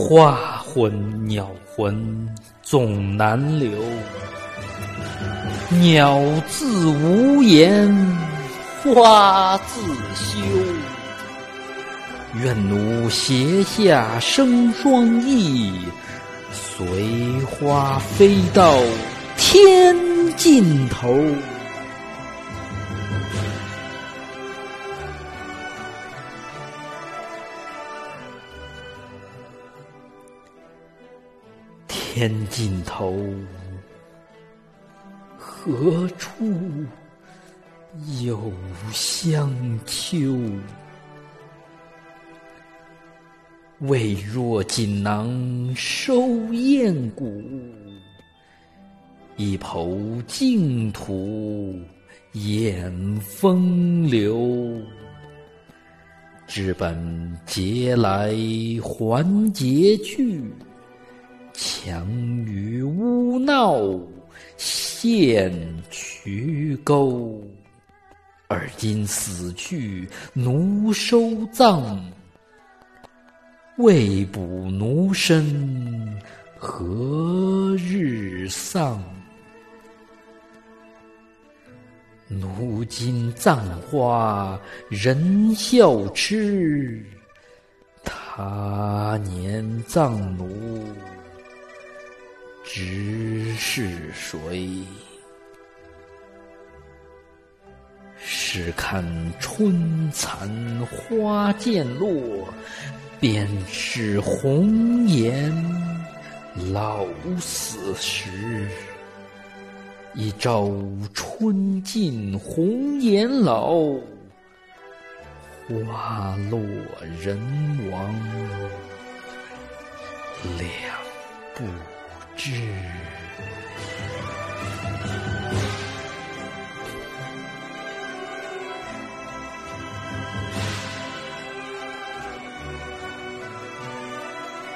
花魂鸟魂总难留，鸟自无言，花自休。愿奴斜下生双翼，随花飞到天尽头。天尽头，何处有香丘？未若锦囊收艳骨，一抔净土掩风流。知本节来还节去，强于污闹陷渠沟。而今死去奴收葬，未卜奴身何日丧？奴今葬花人笑痴，他年葬奴知是谁？试看春残花渐落，便是红颜老死时。一朝春尽红颜老，花落人亡两不知。